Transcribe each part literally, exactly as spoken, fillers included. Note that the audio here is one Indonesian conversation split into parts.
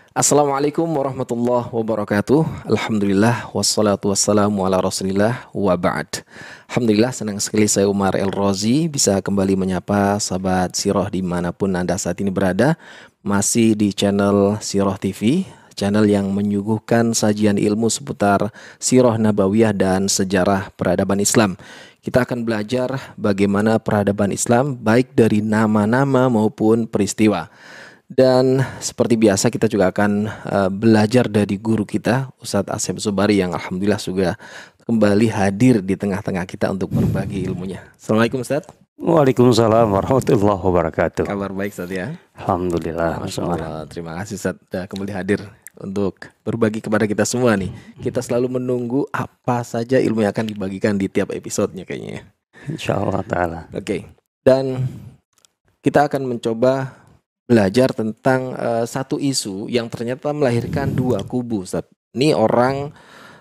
Assalamualaikum warahmatullahi wabarakatuh. Alhamdulillah wassalatu wassalamu ala rasulillah wa ba'd. Alhamdulillah senang sekali saya Umar El Rozi bisa kembali menyapa sahabat Sirah dimanapun Anda saat ini berada. Masih di channel Sirah T V, channel yang menyuguhkan sajian ilmu seputar Sirah Nabawiyah dan sejarah peradaban Islam. Kita akan belajar bagaimana peradaban Islam baik dari nama-nama maupun peristiwa. Dan seperti biasa kita juga akan uh, belajar dari guru kita Ustadz Asep Subari yang alhamdulillah juga kembali hadir di tengah-tengah kita untuk berbagi ilmunya. Assalamualaikum Ustadz. Waalaikumsalam warahmatullahi wabarakatuh. Kabar baik Ustadz ya? Alhamdulillah. Masya Allah. Terima kasih Ustadz sudah kembali hadir untuk berbagi kepada kita semua nih. Kita selalu menunggu apa saja ilmu yang akan dibagikan di tiap episodenya kayaknya. Insyaallah ta'ala. Oke. Okay. Dan kita akan mencoba belajar tentang uh, satu isu yang ternyata melahirkan dua kubu, Ustaz. Ini orang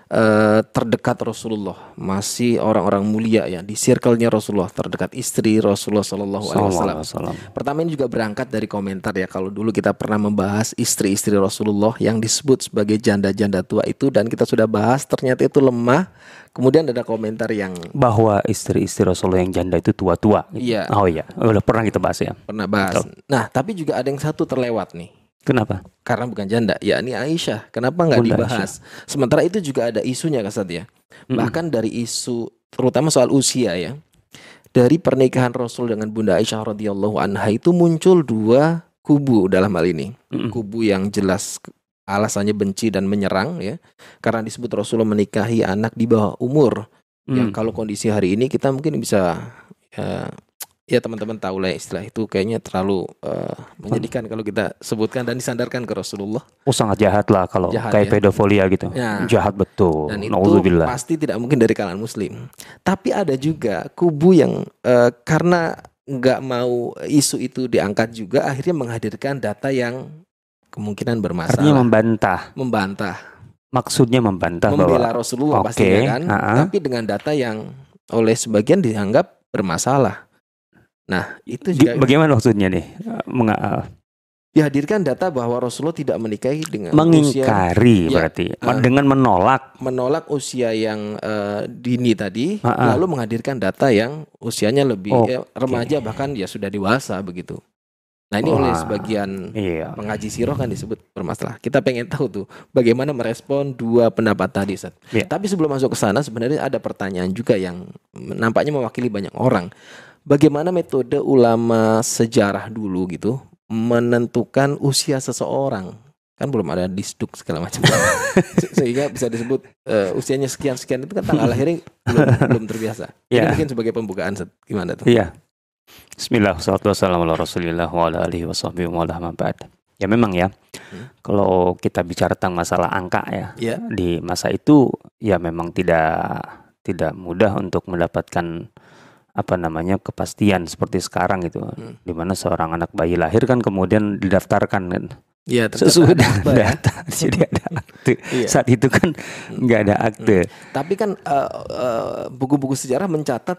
uh, terdekat Rasulullah, masih orang-orang mulia ya, di circle-nya Rasulullah, terdekat istri Rasulullah Shallallahu Alaihi Wasallam. Pertama ini juga berangkat dari komentar ya, kalau dulu kita pernah membahas istri-istri Rasulullah yang disebut sebagai janda-janda tua itu, dan kita sudah bahas ternyata itu lemah. Kemudian ada komentar yang bahwa istri-istri Rasulullah yang janda itu tua-tua gitu. Iya. Oh iya, udah pernah kita bahas ya. Pernah bahas. Betul. Nah, tapi juga ada yang satu terlewat nih. Kenapa? Karena bukan janda, yakni Aisyah. Kenapa nggak dibahas? Aisyah. Sementara itu juga ada isunya Kasat ya. Mm-hmm. Bahkan dari isu terutama soal usia ya. Dari pernikahan Rasul dengan Bunda Aisyah radhiyallahu anha itu muncul dua kubu dalam hal ini. Mm-hmm. Kubu yang jelas alasannya benci dan menyerang ya, karena disebut Rasulullah menikahi anak di bawah umur. Hmm. Yang kalau kondisi hari ini kita mungkin bisa ya, ya teman-teman tahu lah istilah itu kayaknya terlalu uh, menyedihkan kalau kita sebutkan dan disandarkan ke Rasulullah. Oh sangat jahat lah kalau jahat, kayak ya? Pedofilia gitu. Ya. Jahat betul. Dan itu Nauzubillah. Pasti tidak mungkin dari kalangan Muslim. Tapi ada juga kubu yang uh, karena nggak mau isu itu diangkat juga akhirnya menghadirkan data yang kemungkinan bermasalah. Artinya membantah. Membantah. Maksudnya membantah membela bahwa Rasulullah okay, pastinya kan. uh-uh. Tapi dengan data yang oleh sebagian dianggap bermasalah. Nah, itu juga bagaimana maksudnya nih? Menga- dihadirkan data bahwa Rasulullah tidak menikahi dengan mengingkari usia, berarti ya, uh, dengan menolak menolak usia yang uh, dini tadi, uh-uh. lalu menghadirkan data yang usianya lebih okay. eh, remaja bahkan ya sudah dewasa begitu. Nah ini Wah, oleh sebagian iya. pengaji sirah kan disebut bermasalah. Kita pengen tahu tuh bagaimana merespon dua pendapat tadi, Ustaz. Yeah. Tapi sebelum masuk ke sana sebenarnya ada pertanyaan juga yang nampaknya mewakili banyak orang. Bagaimana metode ulama sejarah dulu gitu menentukan usia seseorang? Kan belum ada disduk segala macam. Se- sehingga bisa disebut uh, usianya sekian-sekian itu kan tanggal lahirnya belum, belum terbiasa. Yeah. Ini mungkin sebagai pembukaan, Ustaz. Gimana tuh? Iya. Yeah. Bismillah, wassalatu wassalamu ala rasulillah wa ala alihi wa sahbihi wa ala mabad. Ya memang ya, hmm. kalau kita bicara tentang masalah angka ya, yeah. di masa itu ya memang tidak tidak mudah untuk mendapatkan apa namanya kepastian seperti sekarang gitu, hmm. di mana seorang anak bayi lahir kan kemudian didaftarkan kan. Ya, sesuai dengan data, jadi ada akte. Iya. Saat itu kan nggak ada akte. Hmm. Tapi kan uh, uh, buku-buku sejarah mencatat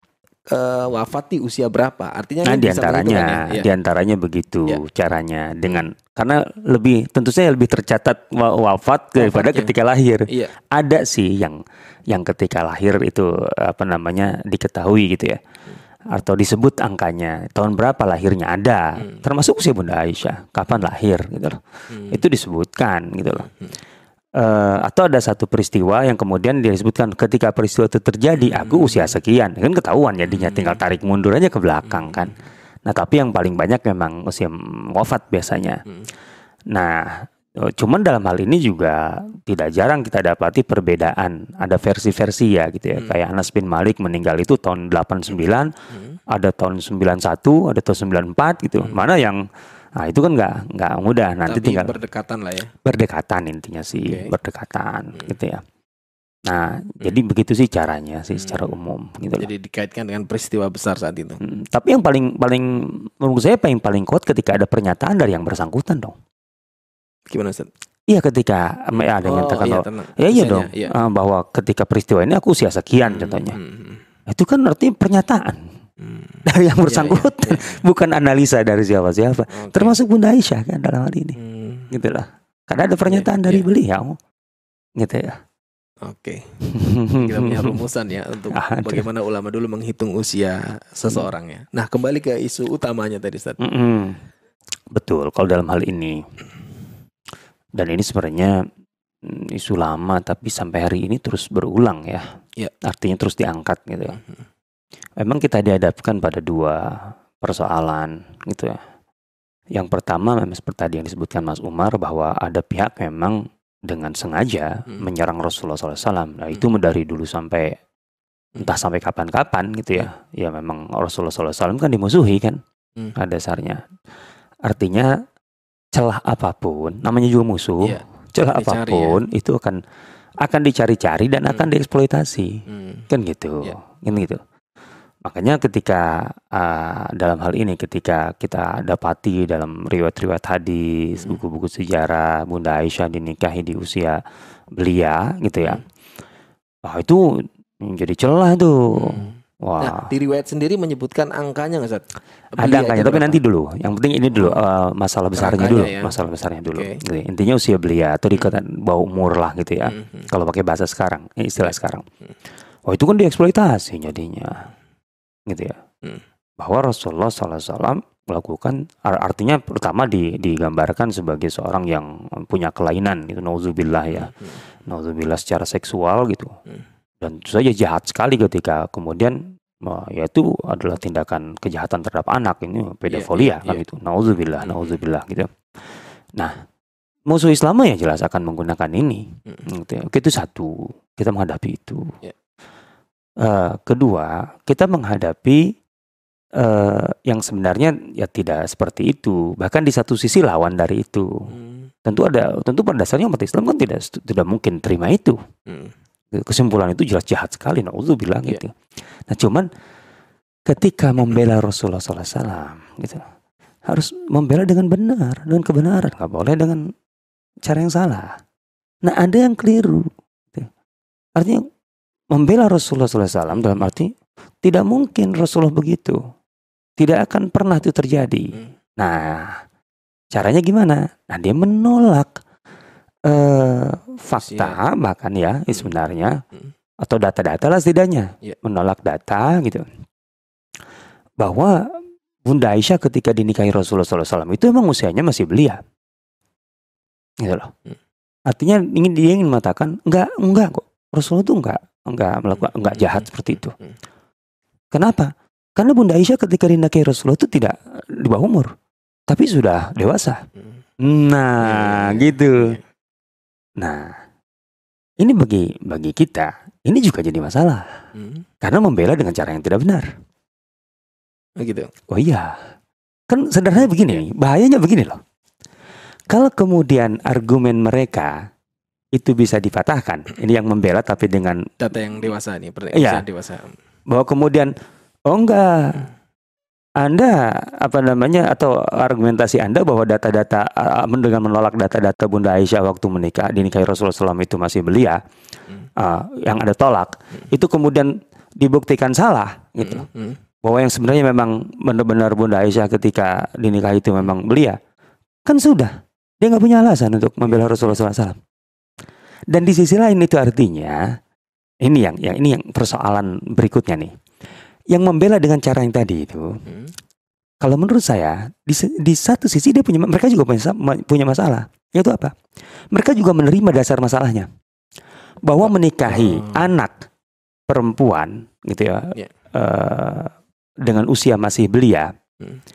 Uh, wafat di usia berapa? Artinya nah, kan diantaranya, ya? diantaranya begitu ya. Caranya dengan karena lebih tentu saja lebih tercatat wafat daripada Wafatnya. ketika lahir. Ya. Ada sih yang yang ketika lahir itu apa namanya diketahui gitu ya, hmm. atau disebut angkanya tahun berapa lahirnya ada, hmm. termasuk usia Bunda Aisyah kapan lahir gitu loh, hmm. itu disebutkan gitu loh. Hmm. Uh, atau ada satu peristiwa yang kemudian disebutkan ketika peristiwa itu terjadi hmm. aku usia sekian kan ketahuan jadinya hmm. tinggal tarik mundur aja ke belakang hmm. kan. Nah tapi yang paling banyak memang usia wafat biasanya. Hmm. Nah cuman dalam hal ini juga tidak jarang kita dapati perbedaan, ada versi-versi ya gitu ya, hmm. kayak Anas bin Malik meninggal itu tahun delapan puluh sembilan, hmm. ada tahun sembilan puluh satu, ada tahun sembilan puluh empat gitu. Hmm. Mana yang nah itu kan nggak nggak mudah nanti tapi tinggal berdekatan lah ya. Berdekatan intinya sih, okay. berdekatan hmm. gitu ya. Nah, hmm. jadi begitu sih caranya sih hmm. secara umum gitu. Jadi loh. Dikaitkan dengan peristiwa besar saat itu. Hmm. Tapi yang paling paling menurut saya paling paling kuat ketika ada pernyataan dari yang bersangkutan dong. Gimana Ustaz? Iya ketika hmm. ya ada yang oh, nyatakan iya, bahwa, ya iya dong iya. Uh, bahwa ketika peristiwa ini aku usia sekian hmm. contohnya. Hmm. Itu kan artinya pernyataan. Hmm. Dari yang bersangkutan, ya, ya, ya. bukan analisa dari siapa-siapa, okay. termasuk Bunda Aisyah kan dalam hal ini, hmm. gitulah. Karena ada pernyataan yeah, dari yeah. beliau, gitu ya. Oke, kita punya rumusan ya untuk bagaimana ulama dulu menghitung usia seseorang ya. Nah, kembali ke isu utamanya tadi, Ustaz. Mm-mm. Betul, kalau dalam hal ini, dan ini sebenarnya isu lama tapi sampai hari ini terus berulang ya. Ya. Artinya terus diangkat gitu ya. Mm-hmm. Memang kita dihadapkan pada dua persoalan gitu ya. Yang pertama memang seperti tadi yang disebutkan Mas Umar, bahwa ada pihak memang dengan sengaja hmm. menyerang Rasulullah shallallahu alaihi wasallam. Nah itu dari dulu sampai entah sampai kapan-kapan gitu ya. Ya memang Rasulullah shallallahu alaihi wasallam kan dimusuhi kan hmm. pada dasarnya. Artinya celah apapun, namanya juga musuh, yeah. celah dicari, apapun ya. Itu akan akan dicari-cari dan hmm. akan dieksploitasi, hmm. kan gitu, yeah. kan gitu. Makanya ketika uh, dalam hal ini ketika kita dapati dalam riwayat-riwayat hadis, hmm. buku-buku sejarah Bunda Aisyah dinikahi di usia belia gitu ya. Hmm. Wah, itu menjadi celah tuh. Hmm. Wah. Nah, di riwayat sendiri menyebutkan angkanya nggak, Ustaz? Ada angkanya, tapi nanti dulu. Yang penting ini dulu uh, masalah besarnya dulu, ya? masalah besarnya dulu. Okay. Gitu. Intinya usia belia atau dikatakan hmm. bawah umur lah gitu ya. Hmm. Kalau pakai bahasa sekarang, istilah sekarang. Hmm. Wah, itu kan dieksploitasi jadinya. Gitu ya, hmm. bahwa Rasulullah shallallahu alaihi wasallam melakukan, artinya pertama di, digambarkan sebagai seorang yang punya kelainan, itu nauzubillah ya, hmm. nauzubillah secara seksual gitu, hmm. dan itu saja jahat sekali ketika kemudian ya itu adalah tindakan kejahatan terhadap anak, ini pedofilia yeah, yeah, kan yeah. itu, nauzubillah, hmm. nauzubillah gitu. Nah, musuh Islam ya jelas akan menggunakan ini, hmm. gitu ya. Oke, itu satu, kita menghadapi itu. Yeah. Uh, kedua, kita menghadapi uh, yang sebenarnya ya tidak seperti itu. Bahkan di satu sisi lawan dari itu. Hmm. Tentu ada, tentu pada dasarnya umat Islam kan tidak tidak mungkin terima itu. Hmm. Kesimpulan itu jelas jahat sekali. Nauzubillah yeah. gitu. Nah, cuman ketika membela Rasulullah shallallahu alaihi wasallam, gitu, harus membela dengan benar, dengan kebenaran. Nggak boleh dengan cara yang salah. Nah, ada yang keliru. Gitu. Artinya membela Rasulullah shallallahu alaihi wasallam dalam arti tidak mungkin Rasulullah begitu, tidak akan pernah itu terjadi. Hmm. Nah, caranya gimana? Nah, dia menolak uh, fakta, yeah. bahkan ya hmm. sebenarnya hmm. atau data-data lah setidaknya, yeah. menolak data gitu, bahwa Bunda Aisyah ketika dinikahi Rasulullah shallallahu alaihi wasallam itu emang usianya masih belia, gitu loh. Hmm. Artinya ingin dia ingin mengatakan enggak enggak kok, Rasulullah itu enggak enggak melakukan enggak jahat seperti itu. Kenapa? Karena Bunda Aisyah ketika dinikahi Rasulullah itu tidak di bawah umur, tapi sudah dewasa. Nah, gitu. Nah, ini bagi bagi kita ini juga jadi masalah. Karena membela dengan cara yang tidak benar. Begitu. Oh iya. Kan sederhananya begini nih, bahayanya begini loh. Kalau kemudian argumen mereka itu bisa dipatahkan. Ini yang membela tapi dengan data yang dewasa nih, ya, dewasa. Bahwa kemudian oh enggak, Anda apa namanya atau argumentasi Anda bahwa data-data dengan menolak data-data Bunda Aisyah waktu menikah dinikahi Rasulullah shallallahu alaihi wasallam itu masih belia, hmm. uh, yang ada tolak, hmm. itu kemudian dibuktikan salah gitu. Hmm. Hmm. Bahwa yang sebenarnya memang benar-benar Bunda Aisyah ketika dinikahi itu memang belia, kan sudah dia nggak punya alasan untuk membela Rasulullah shallallahu alaihi wasallam. Dan di sisi lain itu artinya ini yang, yang ini yang persoalan berikutnya nih. Yang membela dengan cara yang tadi itu, hmm. kalau menurut saya di, di satu sisi dia punya, mereka juga punya, punya masalah. Yaitu apa? Mereka juga menerima dasar masalahnya, bahwa menikahi hmm. anak perempuan gitu ya, yeah. uh, dengan usia masih belia, hmm.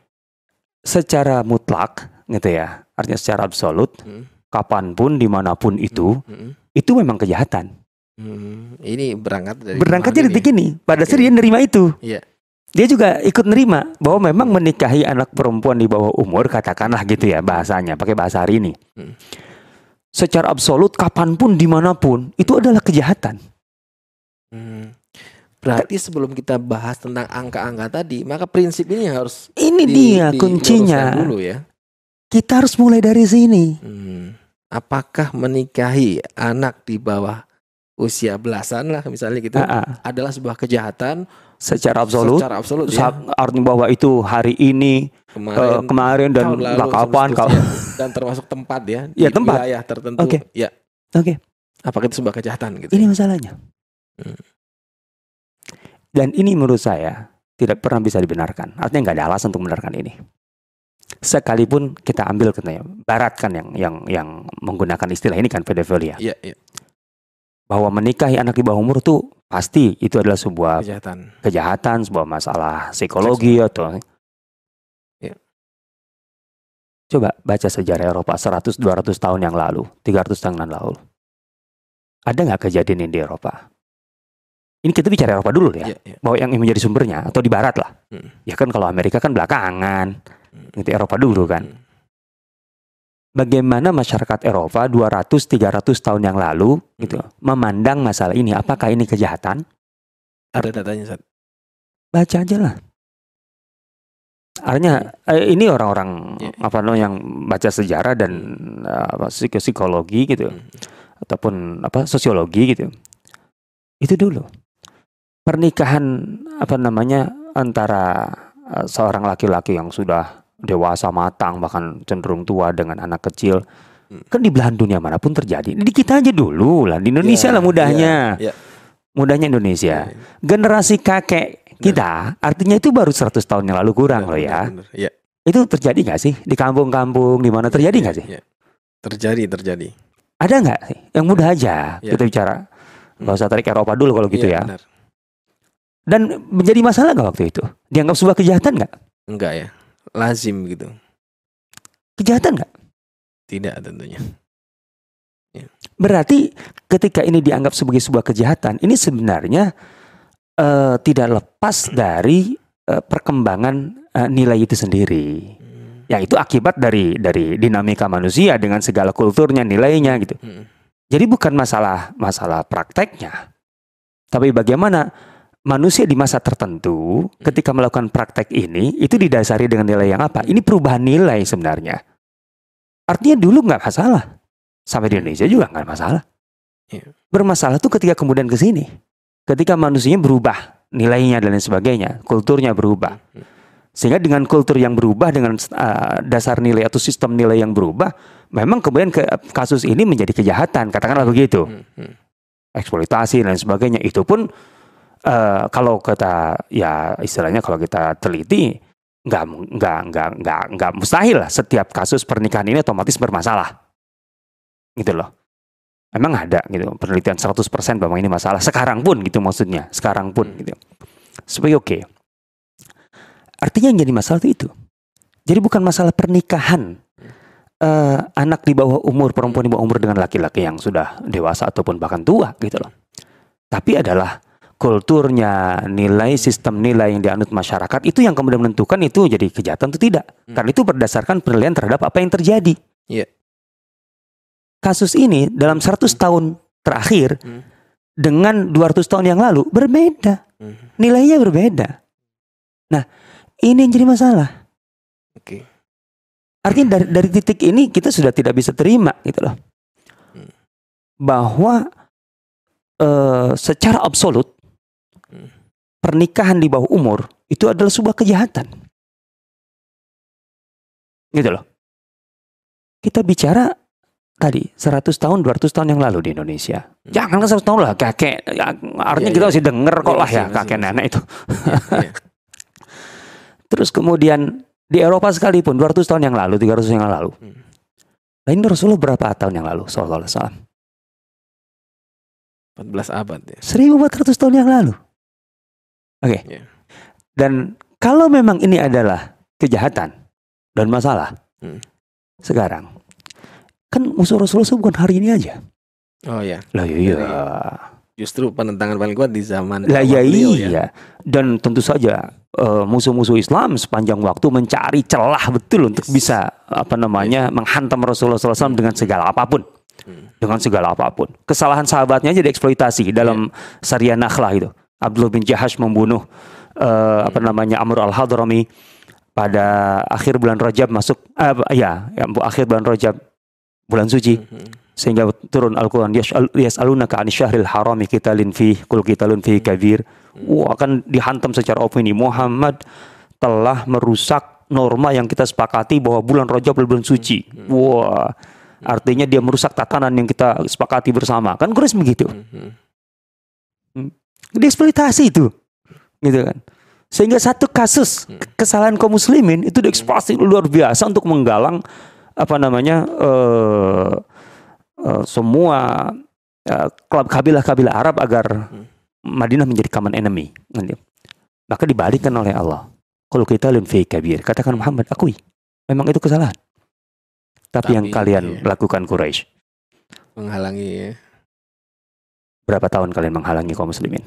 secara mutlak gitu ya, artinya secara absolut. Hmm. Kapanpun, dimanapun itu, hmm. itu memang kejahatan. Hmm. Ini berangkat dari berangkatnya dari gini. Pada okay. dia nerima itu. Yeah. Dia juga ikut nerima bahwa memang menikahi anak perempuan di bawah umur, katakanlah gitu ya bahasanya, pakai bahasa hari ini. Hmm. Secara absolut, kapanpun, dimanapun, itu adalah kejahatan. Hmm. Berarti sebelum kita bahas tentang angka-angka tadi, maka prinsip ini harus ini di, dia di, kuncinya dulu ya. Kita harus mulai dari sini. Hmm. Apakah menikahi anak di bawah usia belasan lah misalnya gitu, uh-uh. adalah sebuah kejahatan, secara absolut, secara absolut ya. Artinya bahwa itu hari ini, kemarin, uh, kemarin dan nggak kapan kalau dan termasuk tempat ya, ya, di tempat. wilayah tertentu. Okay. Ya. Oke. Okay. Apakah itu sebuah kejahatan gitu? Ini masalahnya. Hmm. Dan ini menurut saya tidak pernah bisa dibenarkan. Artinya nggak ada alasan untuk membenarkan ini. Sekalipun kita ambil katanya Barat kan yang yang yang menggunakan istilah ini kan pedofilia. Iya, iya. Bahwa menikahi anak di bawah umur tuh pasti itu adalah sebuah kejahatan, kejahatan, sebuah masalah psikologi Seksual. Atau ya. Coba baca sejarah Eropa seratus dua ratus tahun yang lalu, tiga ratus tahun yang lalu. Ada nggak kejadian ini di Eropa? Ini kita bicara Eropa dulu ya, ya, ya. Bahwa yang menjadi sumbernya atau di Barat lah. Hmm. Ya kan kalau Amerika kan belakangan, hmm. Gitu Eropa dulu kan. Hmm. Bagaimana masyarakat Eropa dua ratus tiga ratus tahun yang lalu hmm. gitu memandang masalah ini? Apakah ini kejahatan? Ada datanya, Ustaz. Baca aja lah. Artinya eh, ini orang-orang yeah. apa namanya yang baca sejarah dan uh, psikologi gitu, hmm. ataupun apa sosiologi gitu. Itu dulu. Pernikahan apa namanya antara uh, seorang laki-laki yang sudah dewasa matang bahkan cenderung tua dengan anak kecil hmm. kan di belahan dunia manapun terjadi. Di kita aja dulu lah, di Indonesia yeah, lah mudahnya, yeah, yeah. mudahnya Indonesia. Yeah, yeah. Generasi kakek kita, bener. Artinya itu baru seratus tahun yang lalu kurang bener, loh ya. Bener, bener. Yeah. Itu terjadi nggak sih di kampung-kampung di mana terjadi nggak yeah, sih? Yeah. Terjadi, terjadi. Ada nggak sih? Yang mudah aja yeah. kita bicara. Nggak usah tarik Eropa dulu kalau gitu yeah, ya. Bener. Dan menjadi masalah nggak waktu itu? Dianggap sebuah kejahatan nggak? Enggak ya. Lazim gitu. Kejahatan nggak? Tidak tentunya. Ya. Berarti ketika ini dianggap sebagai sebuah kejahatan, ini sebenarnya uh, tidak lepas dari uh, perkembangan uh, nilai itu sendiri. Hmm. Yang itu akibat dari dari dinamika manusia dengan segala kulturnya, nilainya gitu. Hmm. Jadi bukan masalah masalah prakteknya, tapi bagaimana manusia di masa tertentu ketika melakukan praktek ini itu didasari dengan nilai yang apa? Ini perubahan nilai sebenarnya. Artinya dulu nggak masalah, sampai di Indonesia juga nggak masalah. Bermasalah tuh ketika kemudian ke sini, ketika manusianya berubah nilainya dan lain sebagainya, kulturnya berubah. Sehingga dengan kultur yang berubah, dengan uh, dasar nilai atau sistem nilai yang berubah, memang kemudian ke, kasus ini menjadi kejahatan, katakanlah begitu. Eksploitasi dan sebagainya itu pun Uh, kalau kita ya istilahnya kalau kita teliti nggak nggak nggak nggak nggak mustahil lah setiap kasus pernikahan ini otomatis bermasalah gitu loh. Memang ada gitu penelitian seratus persen bahwa ini masalah sekarang pun gitu maksudnya sekarang pun gitu. Sebagai oke. Okay. Artinya yang jadi masalah itu itu. Jadi bukan masalah pernikahan uh, anak di bawah umur, perempuan di bawah umur dengan laki-laki yang sudah dewasa ataupun bahkan tua gitu loh. Tapi adalah kulturnya, nilai, sistem nilai yang dianut masyarakat itu yang kemudian menentukan itu jadi kejahatan atau tidak. Hmm. Karena itu berdasarkan penilaian terhadap apa yang terjadi. Yeah. Kasus ini dalam seratus hmm. tahun terakhir hmm. dengan dua ratus tahun yang lalu berbeda. Hmm. Nilainya berbeda. Nah, ini yang jadi masalah. Oke. Okay. Artinya dari dari titik ini kita sudah tidak bisa terima gitu loh. Hmm. Bahwa uh, secara absolut pernikahan di bawah umur itu adalah sebuah kejahatan. Gitu loh. Kita bicara tadi seratus tahun, dua ratus tahun yang lalu di Indonesia. Hmm. Jangan kan seratus tahun lah kakek. Ya, artinya ya, kita ya. masih denger kok ya, lah ya masih, kakek masih, nenek masih. itu. Ya, ya. Terus kemudian di Eropa sekalipun dua ratus tahun yang lalu, tiga ratus yang lalu. Hmm. Nah ini Rasulullah berapa tahun yang lalu? Sallallahu alaihi wasallam. empat belas abad ya. seribu empat ratus tahun yang lalu. Oke, okay. yeah. Dan kalau memang ini adalah kejahatan dan masalah, hmm. sekarang kan musuh Rasulullah bukan hari ini aja. Oh ya. Lah iya. Justru penentangan paling kuat di zaman. Lah ya iya. Ya. Dan tentu saja uh, musuh-musuh Islam sepanjang waktu mencari celah betul untuk yes. bisa apa namanya yes. menghantam Rasulullah shallallahu alaihi wasallam dengan segala apapun. Hmm. Dengan segala apapun. Kesalahan sahabatnya aja dieksploitasi dalam yeah. Syariah Nakhlah itu. Abdullah bin Jahash membunuh uh, apa namanya Amr al-Hadrami pada akhir bulan Rajab masuk uh, ya, ya akhir bulan Rajab bulan suci mm-hmm. sehingga turun Al-Qur'an yas'alunaka 'anil syahril harami qitalin fi qul qitalun fi kabir Wah, akan dihantam secara opini. Muhammad telah merusak norma yang kita sepakati bahwa bulan Rajab adalah bulan suci. Wah, artinya dia merusak tatanan yang kita sepakati bersama. Kan Quraisy begitu. Dieksploitasi itu, gitu kan. Sehingga satu kasus kesalahan kaum muslimin itu dieksploitasi luar biasa untuk menggalang apa namanya uh, uh, semua uh, kabilah-kabilah Arab agar Madinah menjadi common enemy. Maka dibalikkan oleh Allah. Kalau kita fi kabir, katakan Muhammad, akui memang itu kesalahan. Tapi, Tapi yang kalian iya. lakukan Quraisy menghalangi ya. Berapa tahun kalian menghalangi kaum muslimin?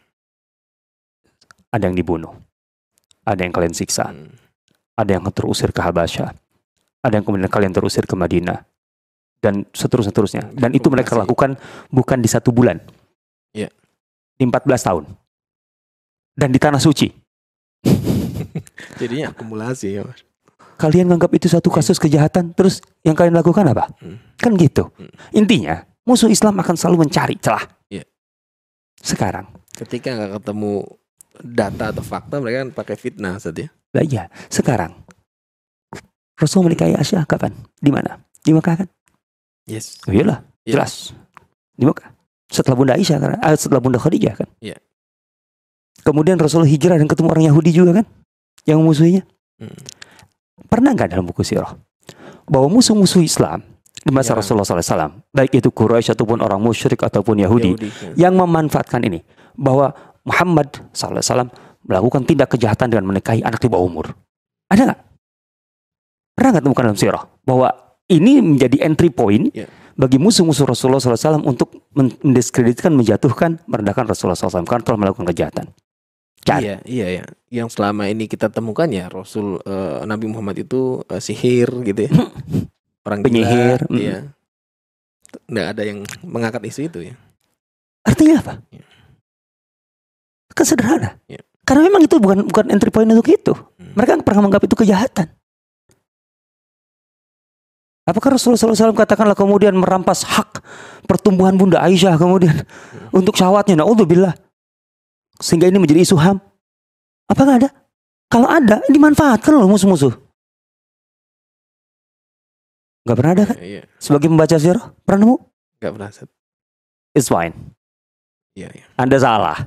Ada yang dibunuh, ada yang kalian siksa, hmm. ada yang terusir ke Habasyah, ada yang kemudian kalian terusir ke Madinah, dan seterusnya-terusnya. Dan itu mereka lakukan bukan di satu bulan, yeah. di empat belas tahun, dan di tanah suci. Jadinya akumulasi ya Mas. Kalian menganggap itu satu kasus kejahatan, terus yang kalian lakukan apa? Hmm. Kan gitu. Hmm. Intinya musuh Islam akan selalu mencari celah. Yeah. Sekarang, ketika nggak ketemu data atau fakta, mereka kan pakai fitnah saja. Lah iya, sekarang Rasul menikahi Aisyah kapan? Di mana? Di Mekah kan? Yes. Oh, iyalah, yeah. Jelas. Di Mekah. Setelah Bunda Aisyah kan? Ah, setelah Bunda Khadijah kan? Iya. Yeah. Kemudian Rasul hijrah dan ketemu orang Yahudi juga kan? Yang musuhnya. Hmm. Pernah nggak dalam buku sirah bahwa musuh-musuh Islam di masa ya. Rasulullah shallallahu alaihi wasallam, baik itu Quraisy ataupun orang musyrik ataupun Yahudi, Yahudi ya. yang memanfaatkan ini, bahwa Muhammad shallallahu alaihi wasallam melakukan tindak kejahatan dengan menikahi anak di bawah umur? Ada nggak? Pernah nggak temukan dalam sirah bahwa ini menjadi entry point ya. bagi musuh-musuh Rasulullah shallallahu alaihi wasallam untuk mendiskreditkan, menjatuhkan, merendahkan Rasulullah shallallahu alaihi wasallam karena telah melakukan kejahatan? Cari. Iya, iya ya. Yang selama ini kita temukan ya Rasul uh, Nabi Muhammad itu uh, sihir gitu ya. Orang penyihir. Gila, iya. Nggak ada yang mengangkat isu itu ya. Artinya apa? Ya. Kan sederhana. Ya. Karena memang itu bukan bukan entry point untuk itu. Hmm. Mereka pernah menganggap itu kejahatan. Apakah Rasulullah shallallahu alaihi wasallam katakanlah kemudian merampas hak pertumbuhan Bunda Aisyah kemudian hmm. untuk syahwatnya? Naudzubillah. Sehingga ini menjadi isu H A M. Apa nggak ada? Kalau ada, dimanfaatkan loh musuh-musuh. Nggak pernah ada kan? Iya, iya. Sebagai pembaca sirah, pernah nemu? Nggak pernah. It's fine. Iya, iya. Anda salah.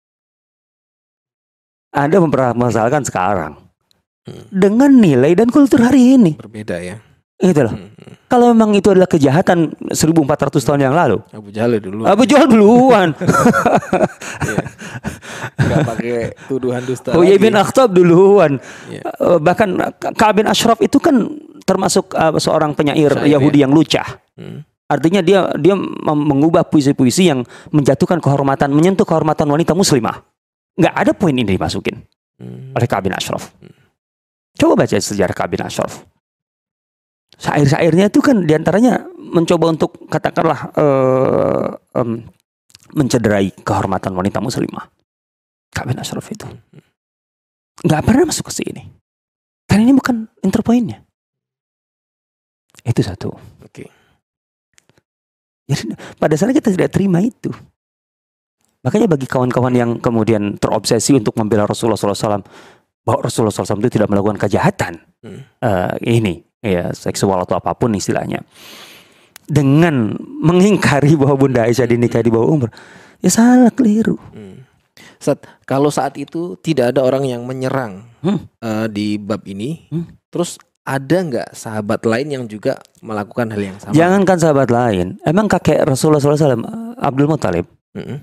Anda mempermasalahkan sekarang hmm. dengan nilai dan kultur hari ini. Berbeda ya. Gitu loh. Hmm. Kalau memang itu adalah kejahatan seribu empat ratus tahun yang lalu, Abu Jahal dulu. Abu Jahal duluan. Iya. Nggak pakai tuduhan dusta. Huyai bin Akhtab duluan. Yeah. Bahkan Ka'ab bin Ashraf itu kan termasuk uh, seorang penyair Syair, Yahudi ya? yang lucah. Hmm. Artinya dia dia mengubah puisi-puisi yang menjatuhkan kehormatan, menyentuh kehormatan wanita muslimah. Nggak ada poin ini dimasukin hmm. oleh Ka'ab bin Ashraf. Hmm. Coba baca sejarah Ka'ab bin Ashraf. Syair-syairnya itu kan diantaranya mencoba untuk katakanlah uh, um, mencederai kehormatan wanita muslimah. Ka'ab bin Ashraf itu nggak pernah masuk ke sini. Karena ini bukan interpointnya. Itu satu. Oke. Okay. Jadi pada saat kita tidak terima itu. Makanya bagi kawan-kawan yang kemudian terobsesi untuk membela Rasulullah shallallahu alaihi wasallam bahwa Rasulullah shallallahu alaihi wasallam itu tidak melakukan kejahatan hmm. uh, ini. Ya, seksual atau apapun istilahnya. Dengan mengingkari bahwa Bunda Aisyah dinikahi di bawah umur, ya salah, keliru. Hmm. Saat, kalau saat itu tidak ada orang yang menyerang hmm. uh, di bab ini, hmm. terus ada nggak sahabat lain yang juga melakukan hal yang sama? Jangankan sahabat lain, emang kakek Rasulullah shallallahu alaihi wasallam Abdul Muttalib, hmm.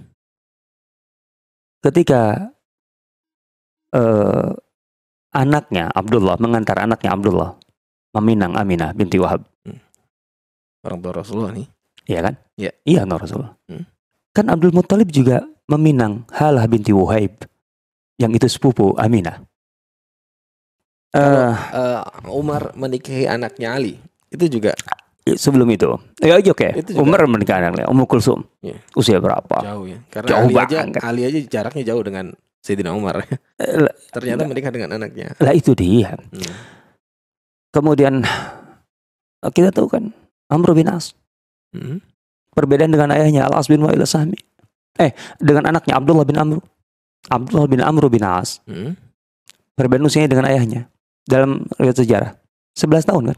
ketika uh, anaknya Abdullah mengantar anaknya Abdullah meminang Aminah binti Wahab. Hmm. Orang tua Rasulullah nih. Iya kan? Iya. Iya, no Rasulullah. Hmm. Kan Abdul Muttalib juga meminang Halah binti Wuhaib yang itu sepupu Aminah. Kalau uh, uh, Umar menikahi anaknya Ali, itu juga sebelum itu. Ya oke. Okay. Umar menikahi anaknya Ummu Kulsum. Yeah. Usia berapa? Jauh ya. Karena jauh Ali aja kan? Ali aja jaraknya jauh dengan Sayyidina Umar. Ternyata menikah dengan anaknya. Lah itu dia. Hmm. Kemudian kita tahu kan Amr bin As. Hmm. Perbedaan dengan ayahnya Al-As bin Wa'il As-Sahmi. Eh, dengan anaknya Abdullah bin Amr. Abdullah bin Amr bin As. Hmm. Perbedaan usianya dengan ayahnya dalam riwayat sejarah sebelas tahun kan.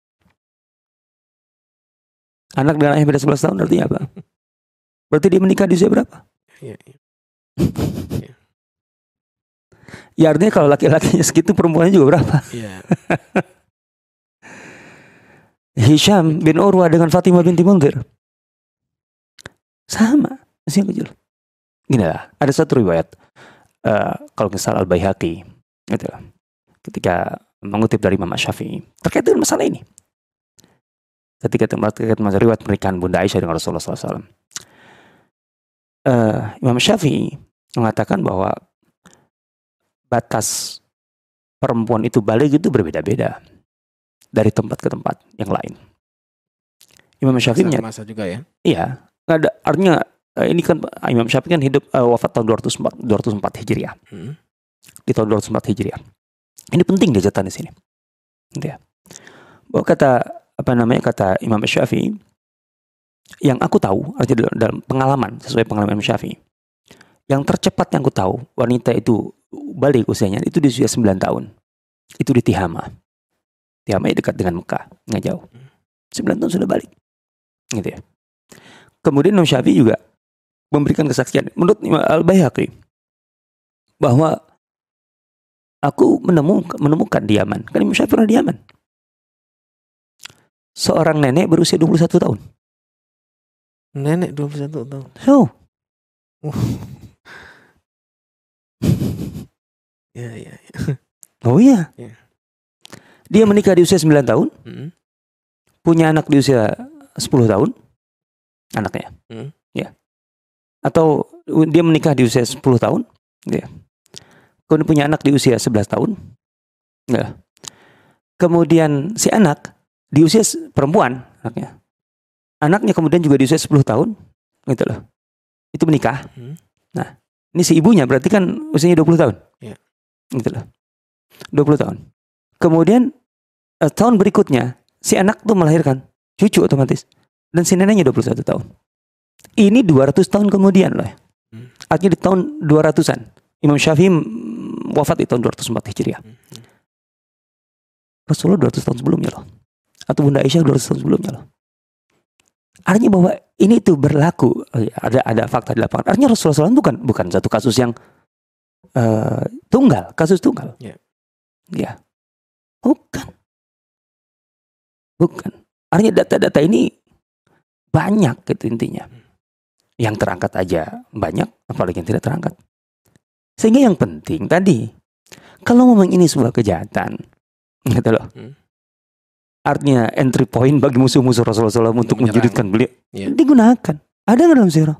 Anak dengan ayah beda sebelas tahun artinya apa? Berarti dia menikah di usia berapa? Iya. Ya. Ya artinya kalau laki-lakinya segitu perempuannya juga berapa? Iya. Hisham bin Urwah dengan Fatimah binti Munzir sama usia kecil. Gini lah, ada satu riwayat uh, kalau nggak salah Al-Baihaqi gitu, ketika mengutip dari Imam Syafi'i terkait dengan masalah ini. Ketika terkait masalah riwayat pernikahan Bunda Aisyah dengan Rasulullah sallallahu alaihi wasallam, uh, Imam Syafi'i mengatakan bahwa batas perempuan itu balik itu berbeda-beda dari tempat ke tempat yang lain. Imam Syafi'i menyatakan masa juga ya? Iya, nggak ada artinya. Uh, ini kan Imam Syafi'i kan hidup uh, wafat tahun dua ratus empat Hijriah. Hmm. Di tahun dua ratus empat Hijriah. Ini penting dia catatan di sini. Gitu ya. Bahwa kata apa namanya kata Imam Syafi'i, yang aku tahu artinya dalam pengalaman sesuai pengalaman Imam Syafi'i, yang tercepat yang aku tahu wanita itu balik usianya itu di usia sembilan tahun. Itu di Tihama. Tihama dekat dengan Mekah, nggak jauh. sembilan tahun sudah balik. Gitu ya. Kemudian Imam Syafi'i juga memberikan kesaksian menurut Imam Al-Baihaqi bahwa aku menemukan, menemukan di Yaman. Kan Imam Syafi'i pernah di Yaman. Seorang nenek berusia dua puluh satu tahun. Nenek dua puluh satu tahun. So. Ya, ya, ya. Oh iya. Ya. Dia menikah di usia sembilan tahun. Hmm. Punya anak di usia sepuluh tahun. Anaknya. Hmm. Ya. Atau dia menikah di usia sepuluh tahun. Ya. Kemudian punya anak di usia sebelas tahun. Ya. Kemudian si anak di usia perempuan anaknya. Anaknya kemudian juga di usia sepuluh tahun. Gitu loh. Itu menikah. Hmm. Nah, ini si ibunya berarti kan usianya dua puluh tahun. Ya. Gitu loh. dua puluh tahun. Kemudian eh, tahun berikutnya si anak tuh melahirkan cucu otomatis. Dan si neneknya dua puluh satu tahun. Ini dua ratus tahun kemudian loh. Hmm. Artinya di tahun dua ratusan. Imam Syafi'i wafat di tahun dua ratus empat Hijriah. Hmm. Rasulullah dua ratus tahun sebelumnya loh. Atau Bunda Aisyah dua ratus tahun sebelumnya loh. Artinya bahwa ini tuh berlaku. Ada ada fakta di lapangan. Artinya Rasulullah shallallahu alaihi wasallam bukan bukan satu kasus yang uh, tunggal, kasus tunggal. Ya. Ya. Bukan. Bukan. Artinya data-data ini banyak gitu intinya. Yang terangkat aja banyak, apalagi yang tidak terangkat. Sehingga yang penting tadi, kalau memang ini sebuah kejahatan, gitu loh. Hmm. Artinya entry point bagi musuh-musuh Rasulullah shallallahu alaihi wasallam untuk menjudutkan beliau, yeah. digunakan. Ada nggak dalam sirah?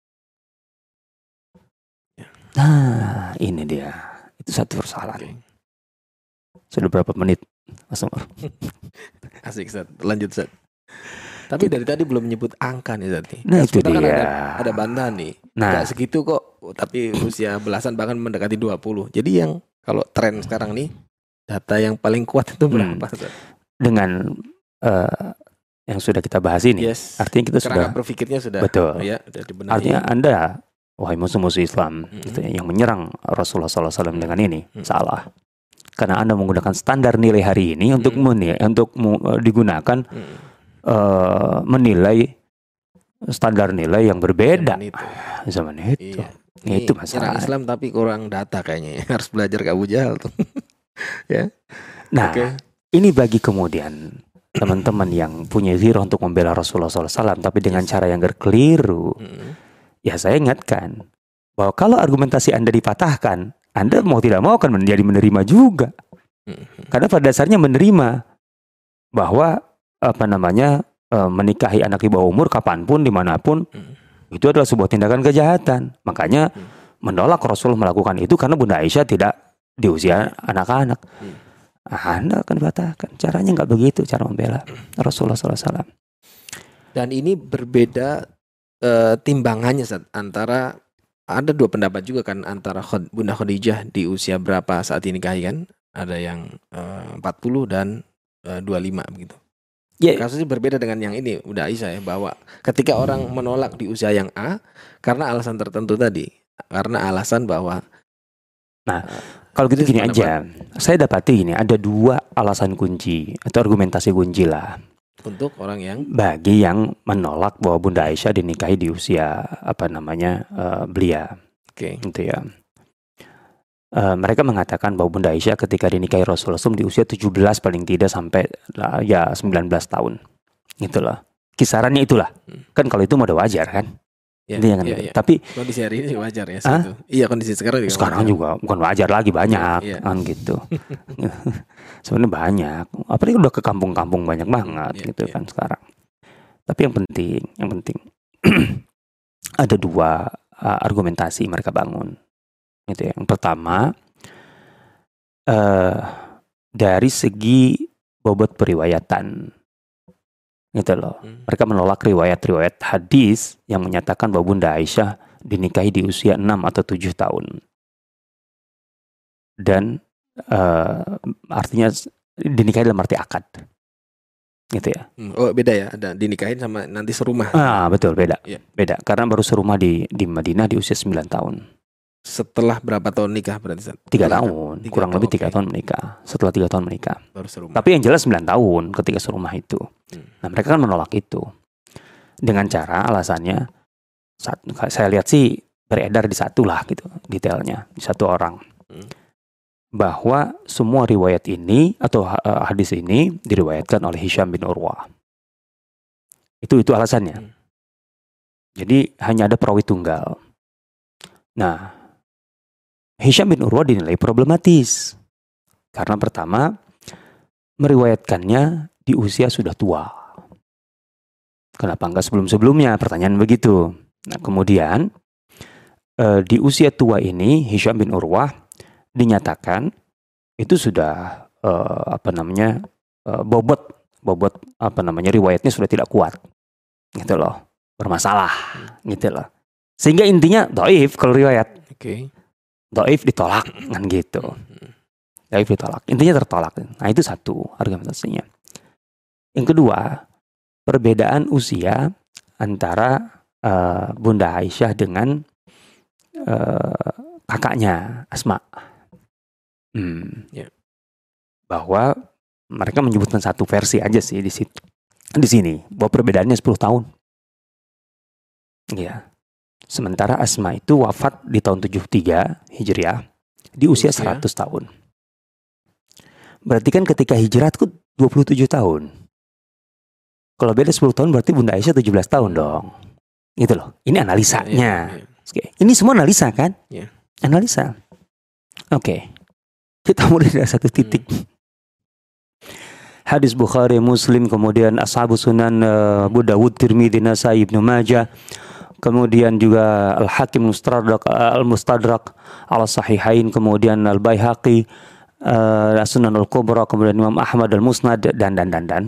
Yeah. Nah, ini dia. Itu satu persoalan. Okay. Sudah berapa menit, Mas Umar? Asik, Ustaz. Lanjut, Ustaz. Tapi dari tadi belum menyebut angka nih, Ustaz. Nah, itu dia. Kan ada, ada bantahan nih. Nah. Nggak segitu kok, tapi usia belasan bahkan mendekati dua puluh. Jadi yang kalau tren sekarang nih, data yang paling kuat itu berapa, hmm. Ustaz? Dengan uh, yang sudah kita bahas ini, yes. Artinya kita kerangka sudah berpikirnya sudah betul. Ya, sudah dibenahi. Artinya Anda, wahai musuh-musuh Islam, mm-hmm. gitu, yang menyerang Rasulullah shallallahu alaihi wasallam dengan ini mm-hmm. salah, karena Anda menggunakan standar nilai hari ini mm-hmm. untuk menilai, untuk uh, digunakan mm-hmm. uh, menilai standar nilai yang berbeda zaman itu. Zaman itu. Iya. Itu masalah. Islam tapi kurang data kayaknya. Harus belajar ke Abu Jahal tuh. Ya. Nah. Okay. Ini bagi kemudian teman-teman yang punya zirah untuk membela Rasulullah shallallahu alaihi wasallam tapi dengan yes. cara yang berkeliru. Mm-hmm. Ya saya ingatkan bahwa kalau argumentasi Anda dipatahkan, Anda mau tidak mau akan menjadi menerima juga. Mm-hmm. Karena pada dasarnya menerima bahwa apa namanya menikahi anak di bawah umur kapanpun dimanapun mm-hmm. itu adalah sebuah tindakan kejahatan. Makanya mm-hmm. menolak Rasulullah melakukan itu karena Bunda Aisyah tidak di usia anak-anak. Mm-hmm. Anda akan dipatahkan. Caranya nggak begitu cara membela Rasulullah shallallahu alaihi wasallam. Dan ini berbeda e, timbangannya Ustaz, antara ada dua pendapat juga kan antara Khod, Bunda Khadijah di usia berapa saat dinikahi kan? Ada yang e, empat puluh dan e, dua puluh lima begitu. Yeah. Kasusnya berbeda dengan yang ini Bunda Aisyah ya, bahwa ketika orang menolak di usia yang A karena alasan tertentu tadi, karena alasan bahwa nah uh, kalau gitu gini aja, apa? Saya dapati ini ada dua alasan kunci atau argumentasi kunci lah untuk orang yang bagi yang menolak bahwa Bunda Aisyah dinikahi di usia apa namanya uh, belia. Oke. Okay. Gitu ya. Uh, mereka mengatakan bahwa Bunda Aisyah ketika dinikahi Rasulullah di usia tujuh belas paling tidak sampai uh, ya sembilan belas tahun. Gitu loh. Kisarannya itulah. Hmm. Kan kalau itu udah wajar kan? Ya, kan ya, gitu. Ya. Tapi kondisi hari ini juga wajar ya. Huh? Iya kondisi sekarang juga. Sekarang wajar. juga bukan wajar lagi banyak ya, ya. Kan gitu. Sebenarnya banyak. Apalagi udah ke kampung-kampung banyak banget ya, gitu ya. Kan sekarang. Tapi yang penting, yang penting ada dua uh, argumentasi mereka bangun. Gitu ya. Yang pertama uh, dari segi bobot periwayatan. Gitu loh. Hmm. Mereka menolak riwayat-riwayat hadis yang menyatakan bahwa Bunda Aisyah dinikahi di usia enam atau tujuh tahun. Dan uh, artinya dinikahi dalam arti akad. Gitu ya. Oh, beda ya, ada dinikahin sama nanti serumah. Ah, betul, beda. Ya. Beda karena baru serumah di di Madinah di usia sembilan tahun. Setelah berapa tahun nikah berarti? Tiga tahun, tiga kurang tahun, lebih tiga okay. tahun menikah. Setelah tiga tahun menikah. Baru serumah. Tapi yang jelas sembilan tahun ketika serumah itu. Hmm. Nah mereka kan menolak itu dengan cara alasannya, saat, saya lihat sih beredar di satu lah gitu detailnya di satu orang, hmm. bahwa semua riwayat ini atau uh, hadis ini diriwayatkan oleh Hisham bin Urwah. Itu itu alasannya. Hmm. Jadi hanya ada perawi tunggal. Nah. Hisham bin Urwah dinilai problematis karena pertama meriwayatkannya di usia sudah tua. Kenapa enggak sebelum-sebelumnya? Pertanyaan begitu. Nah, kemudian eh, di usia tua ini Hisham bin Urwah dinyatakan itu sudah eh, apa namanya eh, bobot bobot apa namanya riwayatnya sudah tidak kuat. Gitu loh. Bermasalah gitu loh. Sehingga intinya dhaif kalau riwayat. Oke. Okay. Dhaif ditolak kan gitu. Dhaif ditolak. Intinya tertolak. Nah, itu satu argumentasinya. Yang kedua, perbedaan usia antara uh, Bunda Aisyah dengan uh, kakaknya Asma. Hmm. Yeah. Bahwa mereka menyebutkan satu versi aja sih di situ. Di sini bahwa perbedaannya sepuluh tahun. Iya. Yeah. Sementara Asma itu wafat di tahun tujuh puluh tiga Hijriah di usia seratus tahun. Berarti kan ketika hijrah itu dua puluh tujuh tahun. Kalau beda sepuluh tahun berarti Bunda Aisyah tujuh belas tahun dong. Gitu loh. Ini analisanya. Ya, ya, ya. Oke. Ini semua analisa kan? Ya. Analisa. Oke. Kita mulai dari satu titik. Hmm. Hadis Bukhari, Muslim, kemudian Ashabus Sunan, uh, Abu Dawud, Tirmidzi, Nasai, Ibnu Majah. Kemudian juga Al-Hakim Mustadrak, Al-Mustadrak Al-Sahihain, kemudian Al-Baihaqi, uh, Sunan Al-Kubra, kemudian Imam Ahmad Al-Musnad, dan, dan, dan, dan.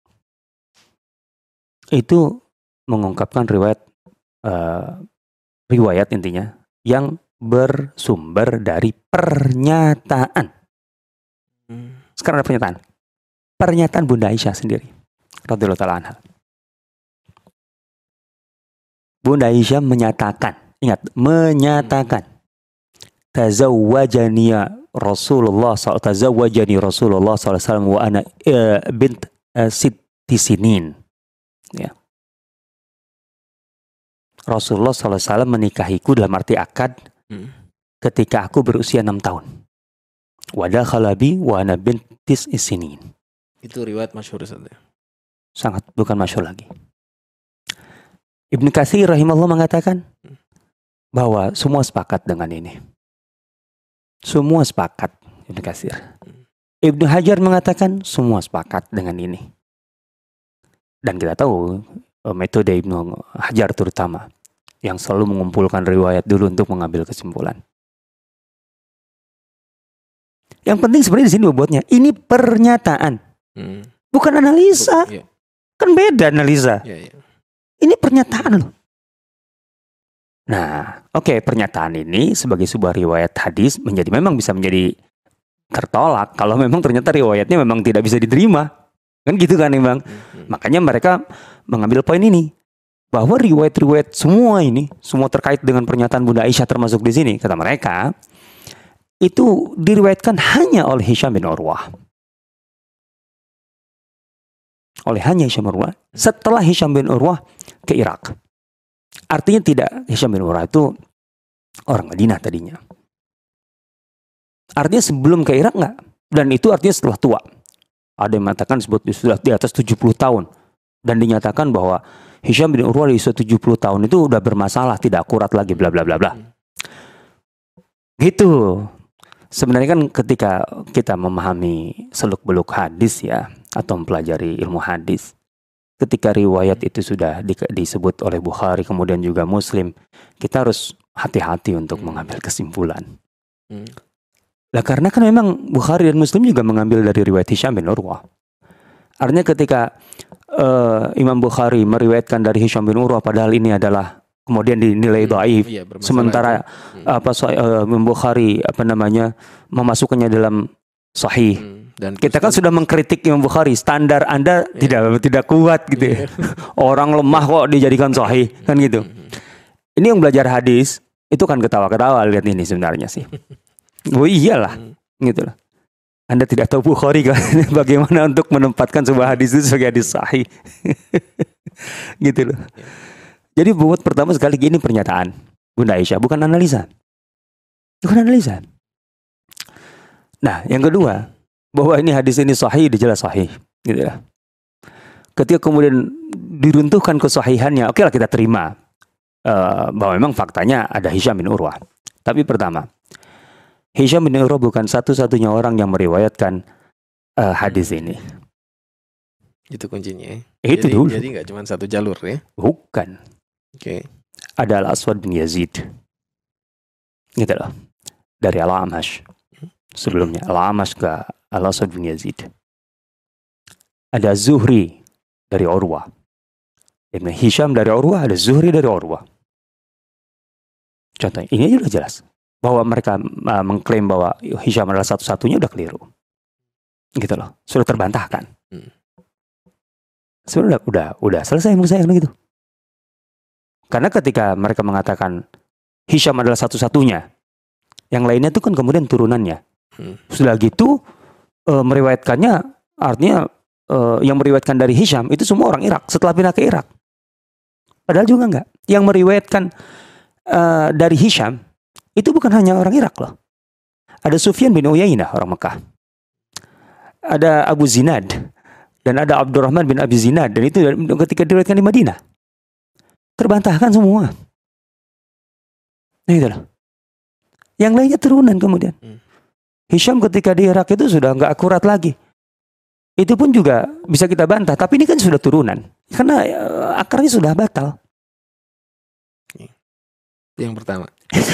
Itu mengungkapkan riwayat, uh, riwayat intinya, yang bersumber dari pernyataan. Sekarang ada pernyataan. Pernyataan Bunda Aisyah sendiri. Radhiyallahu ta'ala anha. Bunda Aisyah menyatakan, ingat, menyatakan, tazawwajani Rasulullah, tazawwajani Rasulullah sallallahu alaihi wasallam wa ana e, bint e, sitti sinin. Ya. Rasulullah sallallahu alaihi wasallam menikahiku dalam arti akad hmm. ketika aku berusia enam tahun. Wa dakhala bi wa ana bint tis'i sinin. Itu riwayat masyhur saja. Sangat bukan masyhur lagi. Ibnu Katsir rahimahullah mengatakan bahwa semua sepakat dengan ini. Semua sepakat, Ibnu Katsir. Ibnu Hajar mengatakan semua sepakat dengan ini. Dan kita tahu metode Ibnu Hajar terutama yang selalu mengumpulkan riwayat dulu untuk mengambil kesimpulan. Yang penting sebenarnya di sini bobotnya ini pernyataan, hmm. bukan analisa. Yeah. Kan beda analisa. Yeah, yeah. Ini pernyataan loh. Nah, oke, okay, pernyataan ini sebagai sebuah riwayat hadis menjadi memang bisa menjadi tertolak kalau memang ternyata riwayatnya memang tidak bisa diterima. Kan gitu kan, Bang? Mm-hmm. Makanya mereka mengambil poin ini bahwa riwayat-riwayat semua ini, semua terkait dengan pernyataan Bunda Aisyah termasuk di sini, kata mereka, itu diriwayatkan hanya oleh Hisham bin Urwah. Oleh hanya Hisham bin Urwah. Setelah Hisham bin Urwah ke Irak. Artinya tidak, Hisham bin Urwah itu orang Madinah tadinya. Artinya sebelum ke Irak enggak. Dan itu artinya setelah tua. Ada yang mengatakan disebut sudah di atas tujuh puluh tahun. Dan dinyatakan bahwa Hisham bin Urwah di usia tujuh puluh tahun itu udah bermasalah, tidak akurat lagi, bla bla bla bla. Gitu. Sebenarnya kan ketika kita memahami seluk-beluk hadis ya, atau mempelajari ilmu hadis, ketika riwayat itu sudah di, disebut oleh Bukhari kemudian juga Muslim, kita harus hati-hati untuk hmm. mengambil kesimpulan. Hmm. Nah, karena kan memang Bukhari dan Muslim juga mengambil dari riwayat Hisham bin Urwah. Artinya ketika uh, Imam Bukhari meriwayatkan dari Hisham bin Urwah padahal ini adalah kemudian dinilai dhaif, hmm, iya, sementara hmm. apa uh, Imam Bukhari apa namanya memasukkannya dalam sahih. Hmm. Dan kita kan sudah mengkritik Imam Bukhari, standar Anda yeah. tidak tidak kuat gitu yeah. ya. Orang lemah kok dijadikan sahih kan gitu. Ini yang belajar hadis itu kan ketawa-ketawa lihat ini sebenarnya sih. Oh iyalah gitu loh. Anda tidak tahu Bukhari kan bagaimana untuk menempatkan sebuah hadis itu sebagai hadis sahih. Gitu loh. Jadi buat pertama sekali ini pernyataan Bunda Aisyah, bukan analisa. Bukan analisa. Nah, yang kedua, bahwa ini hadis ini sahih, dijelas sahih, gitu ya. Ketika kemudian diruntuhkan kesahihannya, oke lah kita terima uh, bahwa memang faktanya ada Hisham bin Urwah. Tapi pertama, Hisham bin Urwah bukan satu-satunya orang yang meriwayatkan uh, hadis ini. Itu kuncinya. Itu jadi, dulu. Jadi nggak cuma satu jalur ya? Bukan. Oke. Okay. Ada Al-Aswad bin Yazid, gitu loh, dari Al-Amash. Sebelumnya Al-Amash ke Al-Aswad bin Yazid. Ada Zuhri dari Urwah. Ibn Hisham dari Urwah, ada Zuhri dari Urwah. Contohnya, ini aja udah jelas. Bahwa mereka uh, mengklaim bahwa Hisham adalah satu-satunya udah keliru. Gitu loh, sudah terbantahkan. Hmm. Sebenarnya udah, udah, udah selesai menurut saya gitu. Karena ketika mereka mengatakan Hisham adalah satu-satunya, yang lainnya itu kan kemudian turunannya. Hmm. Sudah gitu, e, meriwayatkannya, artinya e, yang meriwayatkan dari Hisham itu semua orang Irak setelah pindah ke Irak. Padahal juga enggak. Yang meriwayatkan e, dari Hisham itu bukan hanya orang Irak loh. Ada Sufyan bin Uyainah orang Mekah. Ada Abu Zinad dan ada Abdurrahman bin Abi Zinad, dan itu ketika diriwayatkan di Madinah terbantahkan semua. Nah, itulah. Yang lainnya turunan kemudian. Hmm. Hisham ketika di Irak itu sudah nggak akurat lagi. Itu pun juga bisa kita bantah. Tapi ini kan sudah turunan. Karena uh, akarnya sudah batal. Yang pertama.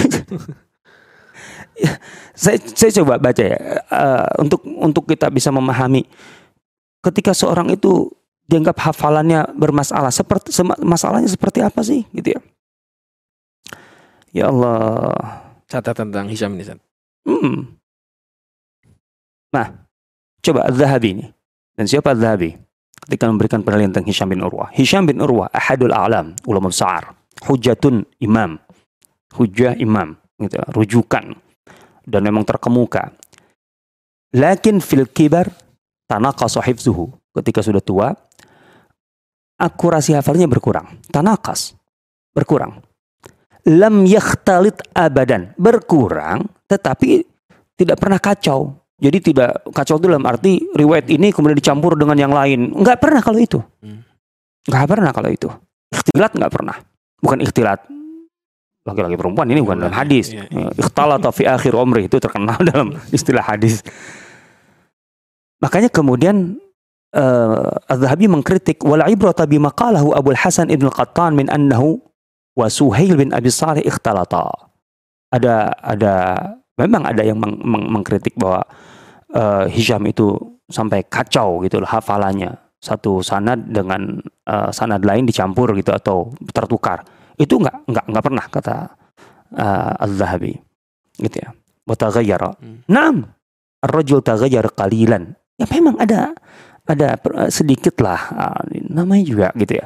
ya, saya, saya coba baca ya. Uh, untuk untuk kita bisa memahami. Ketika seorang itu dianggap hafalannya bermasalah. Seperti, masalahnya seperti apa sih? Gitu ya. Ya Allah. Catatan tentang Hisham ini. Hmm. Nah, coba Az-Zahabi ini. Dan siapa Az-Zahabi? Ketika memberikan penilaian tentang Hisham bin Urwah. Hisham bin Urwah, ahadul a'lam, ulama besar. Hujjatun imam. Hujjah imam. Gitu, rujukan. Dan memang terkemuka. Lakin fil kibar, tanaqasa hifzuhu. Ketika sudah tua, akurasi hafalnya berkurang. Tanaqas. Berkurang. Lam yakhtalit abadan, berkurang tetapi tidak pernah kacau. Jadi tidak kacau itu dalam arti riwayat ini kemudian dicampur dengan yang lain. Enggak pernah kalau itu. Enggak pernah kalau itu. Ikhtilat enggak pernah. Bukan ikhtilat laki-laki perempuan, ini bukan dalam hadis. Ikhtalata fi akhir umri, itu terkenal dalam istilah hadis. Makanya kemudian uh, Az-Zahabi mengkritik wal ibrata bima qalahu Abul Hasan Ibn Qattan min annahu wa Suhail bin Abi Salih ikhtalata. Ada ada memang ada yang meng, meng, mengkritik bahwa uh, Hisham itu sampai kacau gitu loh hafalannya. Satu sanad dengan uh, sanad lain dicampur gitu atau tertukar. Itu enggak enggak enggak pernah kata uh, Az-Zahabi. Gitu ya. Wa taghayyara. Hmm. Naam. Ar-rajul taghayyara qalilan. Ya memang ada ada sedikit lah uh, namanya juga gitu ya.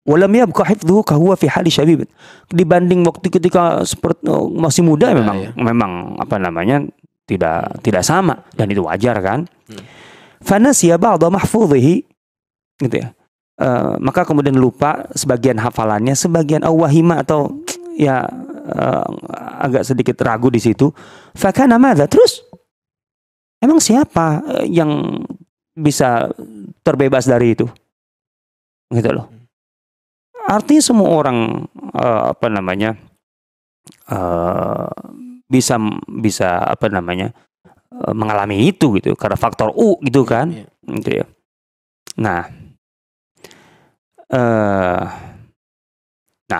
Walam yabqa hifdhuhu ka huwa fi hali syabib. Dibanding waktu ketika seperti masih muda nah, memang ya. memang apa namanya tidak hmm. tidak sama dan itu wajar kan. Hmm. Fanasiya ba'dha mahfudhihi gitu ya. Uh, maka kemudian lupa sebagian hafalannya, sebagian awahima atau ya uh, agak sedikit ragu di situ. Fakana madza? Terus emang siapa yang bisa terbebas dari itu? Gitu loh. Artinya semua orang uh, apa namanya uh, bisa bisa apa namanya uh, mengalami itu gitu karena faktor U gitu kan, yeah. gitu ya. Nah, uh, nah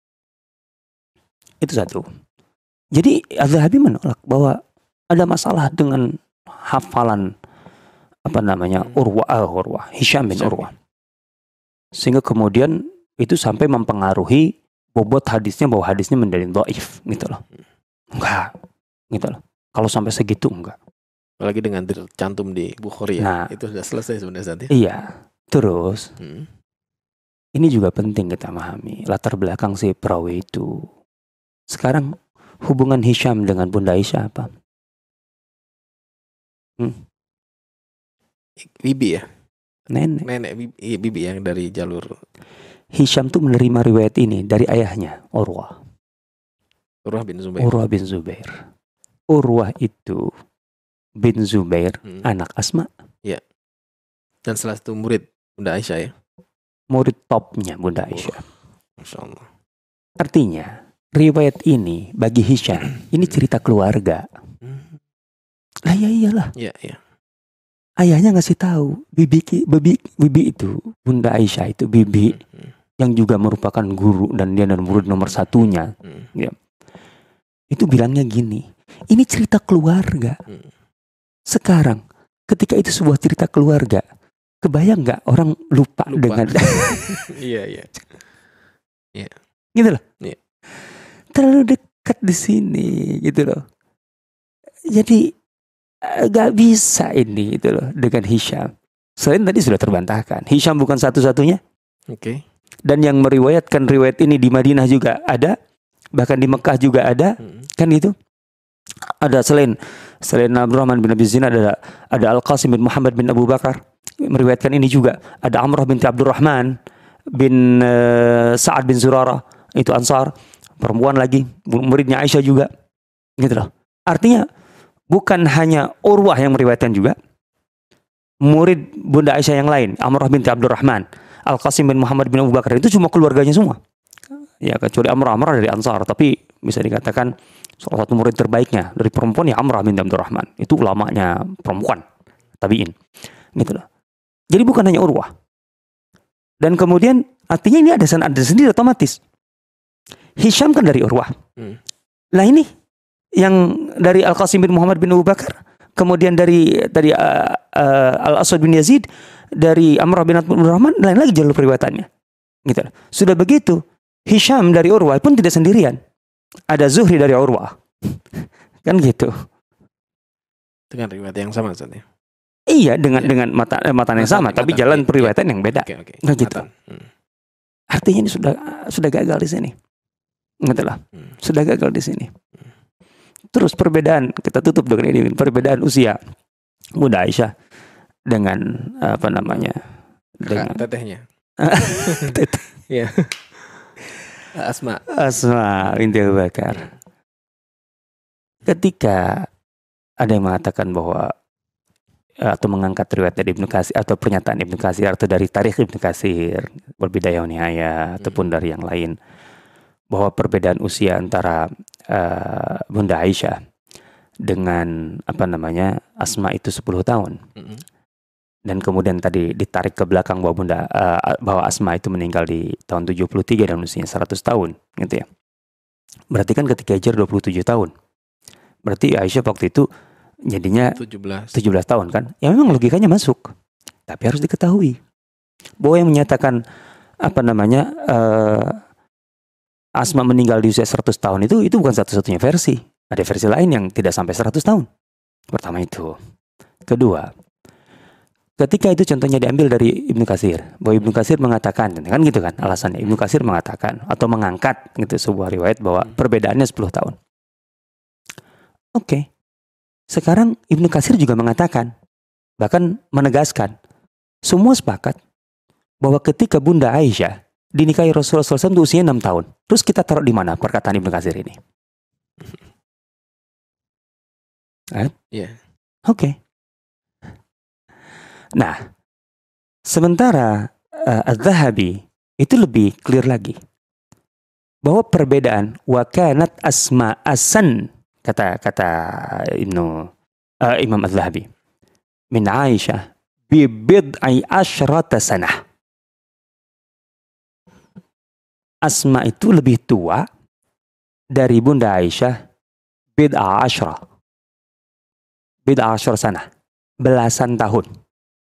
itu satu. Jadi Az-Zahabi menolak bahwa ada masalah dengan hafalan apa namanya Urwa, uh, Urwa, Hisham bin Urwa, sehingga kemudian itu sampai mempengaruhi bobot hadisnya bahwa hadisnya menjadi dhaif gitu loh. Enggak, gitu loh. Kalau sampai segitu enggak. Apalagi dengan tercantum di Bukhari ya. Nah, itu sudah selesai sebenarnya nanti. Iya. Terus hmm. ini juga penting kita memahami latar belakang si perawi itu. Sekarang hubungan Hisham dengan Bunda Aisyah apa? Hmm. Bibi ya? Nenek. Nenek bibi, iya, bibi yang dari jalur. Hisham tuh menerima riwayat ini dari ayahnya, Urwah. Urwah bin Zubair. Urwah bin Zubair. Urwah itu bin Zubair, hmm. anak Asma. Ya. Dan salah satu murid Bunda Aisyah ya. Murid topnya Bunda Aisyah. Oh, Masya Allah. Artinya, riwayat ini bagi Hisham, ini cerita keluarga. Hmm. Lah ya iyalah. Iya, iya. Ayahnya ngasih tahu, bibi, bibi, bibi itu, Bunda Aisyah itu bibi. Hmm. Yang juga merupakan guru dan dia dan murid nomor satunya, hmm. ya. Itu bilangnya gini, ini cerita keluarga. Hmm. Sekarang, ketika itu sebuah cerita keluarga, kebayang nggak orang lupa, lupa. dengan? Iya iya. Iya. Gitu loh. Iya. Terlalu dekat di sini, gitu loh. Jadi nggak bisa ini, gitu loh, dengan Hisham. Selain tadi sudah terbantahkan, Hisham bukan satu-satunya. Oke. Okay. Dan yang meriwayatkan riwayat ini di Madinah juga ada, bahkan di Mekah juga ada, hmm. kan gitu. Ada selain selain Abdurrahman bin Abi Zinad ada ada Al-Qasim bin Muhammad bin Abu Bakar meriwayatkan ini juga. Ada Amrah binti Abdurrahman bin uh, Sa'ad bin Zurarah, itu Ansar, perempuan lagi, muridnya Aisyah juga. Gitu loh. Artinya bukan hanya Urwah yang meriwayatkan juga, murid Bunda Aisyah yang lain, Amrah binti Abdurrahman, Al-Qasim bin Muhammad bin Abu Bakar, itu cuma keluarganya semua. Ya kecuali Amrah, Amrah dari Ansar, tapi bisa dikatakan salah satu murid terbaiknya dari perempuan ya Amrah binti Abdurrahman. Itu ulamanya perempuan, tabi'in. Gitu loh. Jadi bukan hanya Urwah. Dan kemudian artinya ini ada ada sendiri otomatis. Hisham kan dari Urwah. Hmm. Lah ini yang dari Al-Qasim bin Muhammad bin Abu Bakar, kemudian dari dari uh, uh, Al-Aswad bin Yazid, dari Amrah bin Abdurrahman, lain lagi jalur periwayatannya. Gitu. Sudah begitu, Hisham dari Urwah pun tidak sendirian. Ada Zuhri dari Urwah. Kan gitu. Dengan riwayat yang sama maksudnya. Iya, dengan ya. dengan mata eh, matan yang sama, matan, tapi matan, jalan ya. periwayatan yang beda. Oke, oke. Nah, gitu. Hmm. Artinya ini sudah sudah gagal di sini. Gitu lah. Hmm. Sudah gagal di sini. Hmm. Terus perbedaan, kita tutup dengan ini, perbedaan usia Bunda Aisyah dengan apa namanya? Dengan tetehnya. Teteh. Iya. Asma. Asma binti Abu Bakar. Ketika ada yang mengatakan bahwa atau mengangkat riwayat dari Ibnu Katsir atau pernyataan Ibnu Katsir atau dari tarikh Ibnu Katsir, Al-Bidayah wa Nihayah, hmm. ataupun dari yang lain, bahwa perbedaan usia antara uh, Bunda Aisyah dengan apa namanya Asma itu sepuluh tahun. Hmm. Dan kemudian tadi ditarik ke belakang bahwa Bunda uh, bahwa Asma itu meninggal di tahun tujuh puluh tiga dan usianya seratus tahun, gitu ya. Berarti kan ketika hijrah dua puluh tujuh tahun. Berarti Aisyah waktu itu jadinya tujuh belas tahun kan. Ya memang logikanya masuk. Tapi harus diketahui bahwa yang menyatakan apa namanya uh, Asma meninggal di usia seratus tahun itu itu bukan satu-satunya versi. Ada versi lain yang tidak sampai seratus tahun. Pertama itu. Kedua, Ketika itu contohnya diambil dari Ibnu Katsir, bahwa Ibnu Katsir mengatakan, kan gitu kan alasannya. Ibnu Katsir mengatakan atau mengangkat gitu sebuah riwayat bahwa perbedaannya sepuluh tahun. Oke. Okay. Sekarang Ibnu Katsir juga mengatakan, bahkan menegaskan, semua sepakat bahwa ketika Bunda Aisyah dinikahi Rasulullah shallallahu alaihi wasallam usianya enam tahun. Terus kita taruh di mana perkataan Ibnu Katsir ini? Right? Yeah. Oke. Okay. Nah, sementara uh, Az-Zahabi itu lebih clear lagi bahwa perbedaan wa kanat asma asan kata kata Ibnu uh, Imam Az-Zahabi min Aisyah bi bid'i asyrata sanah. Asma itu lebih tua dari Bunda Aisyah bid'a asyra. Bid'a asyra sanah, belasan tahun.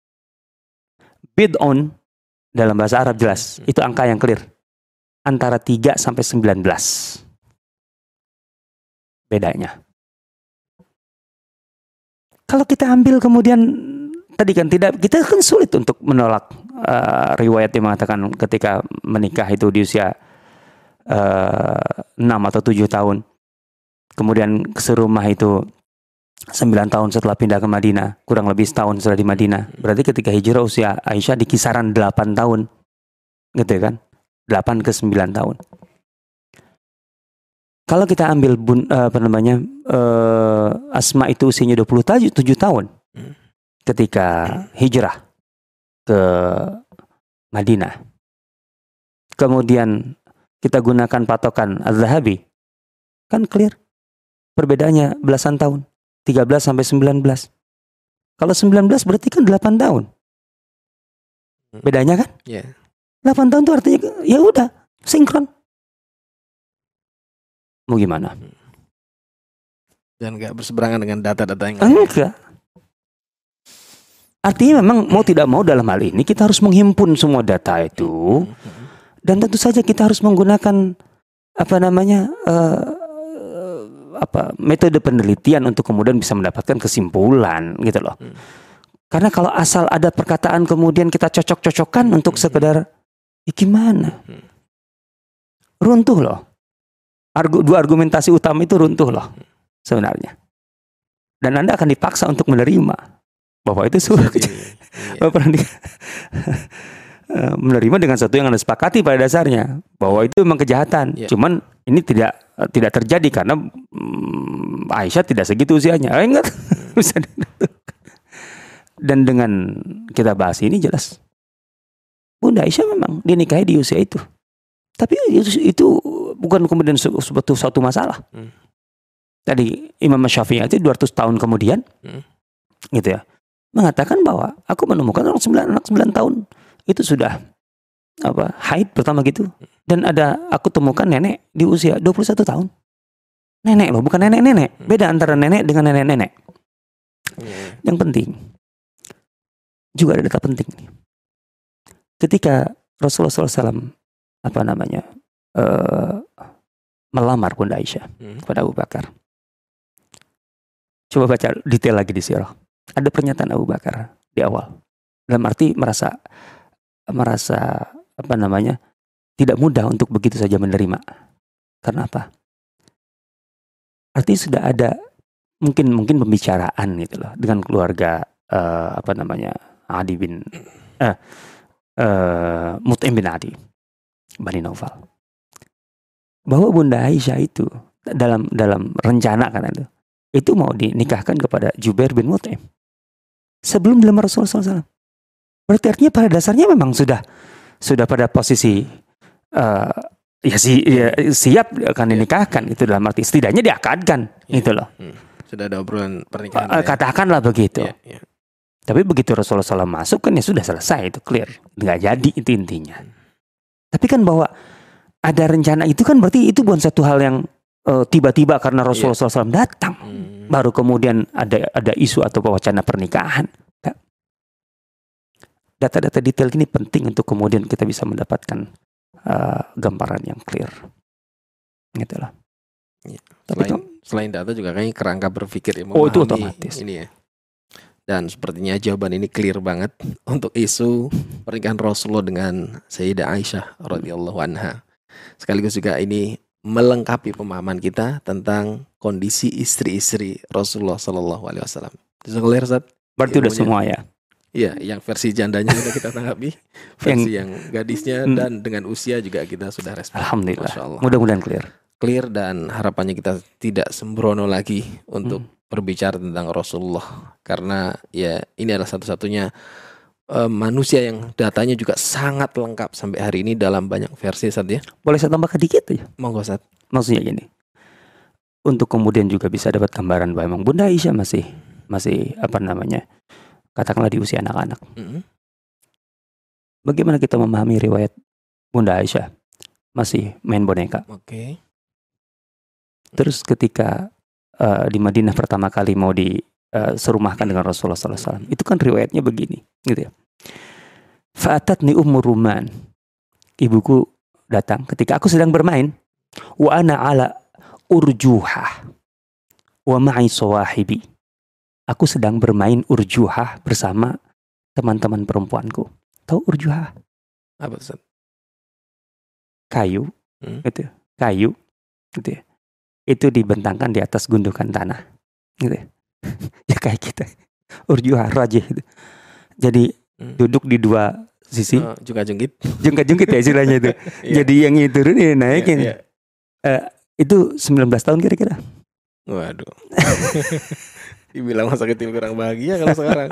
Bid'un dalam bahasa Arab jelas, itu angka yang clear. Antara tiga sampai sembilan belas. Bedanya. Kalau kita ambil kemudian tadi kan tidak, kita kan sulit untuk menolak uh, riwayat yang mengatakan ketika menikah itu di usia uh, enam atau tujuh tahun. Kemudian serumah itu sembilan tahun setelah pindah ke Madinah, kurang lebih setahun setelah di Madinah. Berarti ketika hijrah usia Aisyah di kisaran delapan tahun. Gitu kan? delapan ke sembilan tahun. Kalau kita ambil bun, uh, apa namanya? Uh, Asma itu usianya dua puluh tujuh tahun ketika hijrah ke Madinah. Kemudian kita gunakan patokan Az-Zahabi. Kan clear. Perbedaannya belasan tahun. tiga belas sampai sembilan belas. Kalau sembilan belas berarti kan delapan tahun. Bedanya kan? Yeah. delapan tahun itu artinya ya udah sinkron. Mau gimana? Dan nggak berseberangan dengan data-data yang enggak. Artinya memang mau tidak mau dalam hal ini kita harus menghimpun semua data itu. Dan tentu saja kita harus menggunakan apa namanya uh, apa metode penelitian untuk kemudian bisa mendapatkan kesimpulan gitu loh. Hmm. Karena kalau asal ada perkataan kemudian kita cocok-cocokkan untuk hmm. sekedar ya gimana? Hmm. Runtuh loh. Argu, dua argumentasi utama itu runtuh loh sebenarnya. Dan Anda akan dipaksa untuk menerima bahwa itu sulit. Iya. Menerima dengan satu yang Anda sepakati pada dasarnya bahwa itu memang kejahatan. Yeah. Cuman ini tidak tidak terjadi karena hmm, Aisyah tidak segitu usianya. Eh, enggak. Dan dengan kita bahas ini jelas Bunda Aisyah memang dinikahi di usia itu. Tapi itu, itu bukan kemudian suatu suatu masalah. Hmm. Tadi Imam Syafi'i itu dua ratus tahun kemudian hmm. gitu ya, mengatakan bahwa aku menemukan orang sembilan anak sembilan tahun itu sudah apa haid pertama gitu. Dan ada aku temukan nenek di usia dua puluh satu tahun. Nenek loh, bukan nenek-nenek. Beda antara nenek dengan nenek-nenek. Yeah. Yang penting juga ada data penting. Ketika Rasulullah shallallahu alaihi wasallam apa namanya uh, melamar Bunda Aisyah hmm. kepada Abu Bakar. Coba baca detail lagi di sirah. Ada pernyataan Abu Bakar di awal. Dalam arti merasa merasa apa namanya tidak mudah untuk begitu saja menerima. Karena apa? Artinya sudah ada mungkin mungkin pembicaraan gitu loh dengan keluarga uh, apa namanya Adi bin uh, uh, Mut'im bin Adi Bani Naufal. Bahwa Bunda Aisyah itu dalam dalam rencana kan itu itu mau dinikahkan kepada Jubair bin Mut'im sebelum dilamar Rasulullah shallallahu alaihi wasallam. Berarti artinya pada dasarnya memang sudah sudah pada posisi uh, ya, si, ya siap akan dinikahkan itu dalam arti setidaknya diakadkan ya. Itu loh. Hmm. Sudah ada obrolan pernikahan. Uh, katakanlah ya. Begitu. Ya, ya. Tapi begitu Rasulullah shallallahu alaihi wasallam masuk kan ya sudah selesai itu clear, nggak jadi itu intinya. Hmm. Tapi kan bahwa ada rencana itu kan berarti itu bukan satu hal yang uh, tiba-tiba karena Rasulullah yeah. shallallahu alaihi wasallam datang hmm. baru kemudian ada ada isu atau wacana pernikahan. Data-data detail ini penting untuk kemudian kita bisa mendapatkan uh, gambaran yang clear. Gitulah. Ya. Tapi selain, itu, selain data juga kayaknya kerangka berpikir ya, oh itu otomatis. Ini ya. Dan sepertinya jawaban ini clear banget untuk isu pernikahan Rasulullah dengan Sayyidah Aisyah radhiyallahu anha. Sekaligus juga ini melengkapi pemahaman kita tentang kondisi istri-istri Rasulullah sallallahu alaihi wasallam. Bisa clear, Ustaz? Berarti udah semua ya? Iya, yang versi jandanya sudah kita tanggapi, versi yang, yang gadisnya hmm. dan dengan usia juga kita sudah respon. Alhamdulillah. Mudah-mudahan clear. Clear dan harapannya kita tidak sembrono lagi untuk hmm. berbicara tentang Rasulullah, karena ya ini adalah satu-satunya uh, manusia yang datanya juga sangat lengkap sampai hari ini dalam banyak versi, Ustaz ya. Boleh saya tambahkan dikit ya? Monggo, Ustaz. Maksudnya gini, untuk kemudian juga bisa dapat gambaran bahwa memang Bunda Aisyah masih masih apa namanya, katakanlah di usia anak-anak. Mm-hmm. Bagaimana kita memahami riwayat Bunda Aisyah masih main boneka? Oke. Okay. Terus ketika Uh, di Madinah pertama kali mau diserumahkan uh, dengan Rasulullah sallallahu alaihi wasallam, itu kan riwayatnya begini, gitu ya. Fa'atatni Ummu Ruman, ibuku datang ketika aku sedang bermain, wa ana ala urjuhah wa ma'i sawahibi. Aku sedang bermain urjuhah bersama teman-teman perempuanku. Tahu urjuhah? Apa, Ustaz? Kayu, hmm? gitu, kayu, gitu ya. Itu dibentangkan di atas gundukan tanah, gitu ya. Ya kayak kita urjuhah rajih gitu. Jadi hmm. duduk di dua sisi, oh, jungkat-jungkit jungkat-jungkit ya istilahnya itu. Jadi yang itu turun ya naikin. Yeah, yeah. uh, itu sembilan belas tahun kira-kira. Waduh. Dibilang masa kecil kurang bahagia kalau sekarang.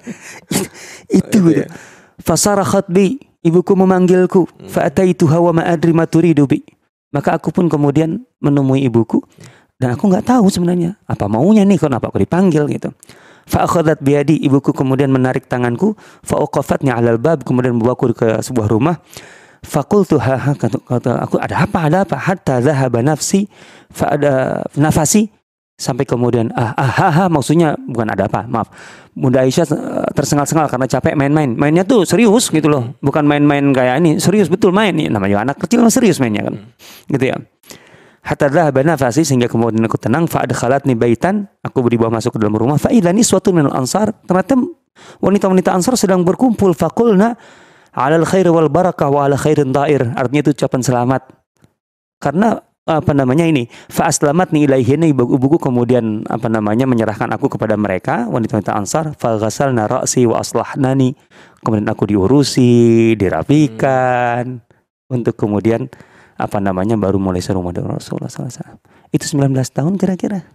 Itu gitu. Ya. Fasarakhat bi, ibuku memanggilku, hmm. fa ataituha wa ma adri ma turidu bi. Maka aku pun kemudian menemui ibuku dan aku nggak tahu sebenarnya apa maunya nih, kenapa aku dipanggil gitu. Fa akhadhat biyadi, ibuku kemudian menarik tanganku, fa uqafatni 'alal bab, kemudian membawaku ke sebuah rumah. Fa qultu ha ha, kata aku, ada apa ada apa, hatta dhahaba nafsi, fa ada nafasi, sampai kemudian ah ah ha, ha, maksudnya bukan ada apa, maaf. Bunda Aisyah tersengal-sengal karena capek main-main. Mainnya tuh serius gitu loh. Bukan main-main kayak ini, serius betul main nih. Namanya anak kecil serius mainnya kan. Gitu ya. Hatta dhahaba nafasi, sehingga kemudian aku tenang, fa adkhalatni baitan, aku dibawa masuk ke dalam rumah, fa idza niswatun minal ansar, ternyata wanita-wanita Ansar sedang berkumpul, faqulna 'alal khairi wal barakah wa 'ala khairin dhair. Artinya itu ucapan selamat. Karena apa namanya ini, fa aslamatni ilaihinna, ibuku kemudian apa namanya menyerahkan aku kepada mereka, wanita-wanita Ansar, fa ghasalna ra'si wa aslahnani, kemudian aku diurusi, dirapikan, hmm. untuk kemudian apa namanya baru mulai serumah dengan Rasulullah sallallahu alaihi wasallam. Itu sembilan belas tahun kira-kira.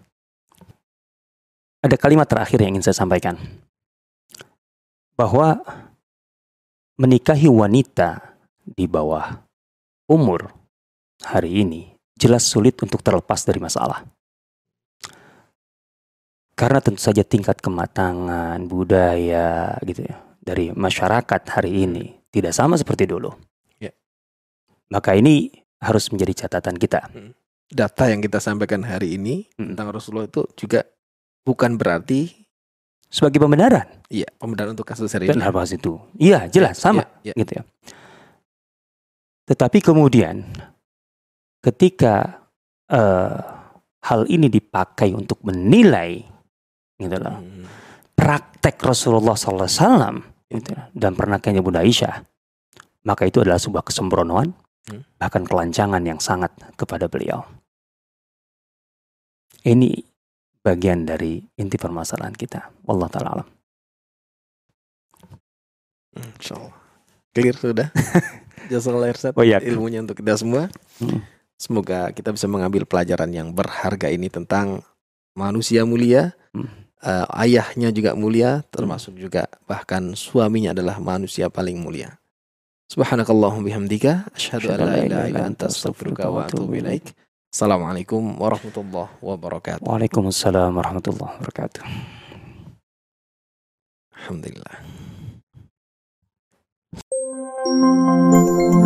Ada kalimat terakhir yang ingin saya sampaikan, bahwa menikahi wanita di bawah umur hari ini jelas sulit untuk terlepas dari masalah. Karena tentu saja tingkat kematangan budaya gitu ya dari masyarakat hari ini tidak sama seperti dulu. Ya. Maka ini harus menjadi catatan kita. Data yang kita sampaikan hari ini hmm. tentang Rasulullah itu juga bukan berarti sebagai pembenaran. Iya, pembenaran untuk kasus hari ini. Benar bahas itu. Iya, jelas ya, sama ya, ya. gitu ya. Tetapi kemudian ketika uh, hal ini dipakai untuk menilai gitu loh, hmm. praktek Rasulullah sallallahu alaihi wasallam gitu, dan pernikahannya Bunda Aisyah, maka itu adalah sebuah kesembronoan, hmm. bahkan kelancangan yang sangat kepada beliau. Ini bagian dari inti permasalahan kita. Wallahu ta'ala alam. Insyaallah clear sudah. Jazakallahu khairan oh, ya. ilmunya untuk kita semua. Hmm. Semoga kita bisa mengambil pelajaran yang berharga ini tentang manusia mulia, hmm. uh, ayahnya juga mulia, termasuk hmm. juga bahkan suaminya adalah manusia paling mulia. Subhanakallahumma bihamdika, asyhadu an la ilaha illa anta, astaghfiruka wa atubu ilaik. Assalamualaikum warahmatullahi wabarakatuh. Waalaikumsalam warahmatullahi wabarakatuh. Alhamdulillah.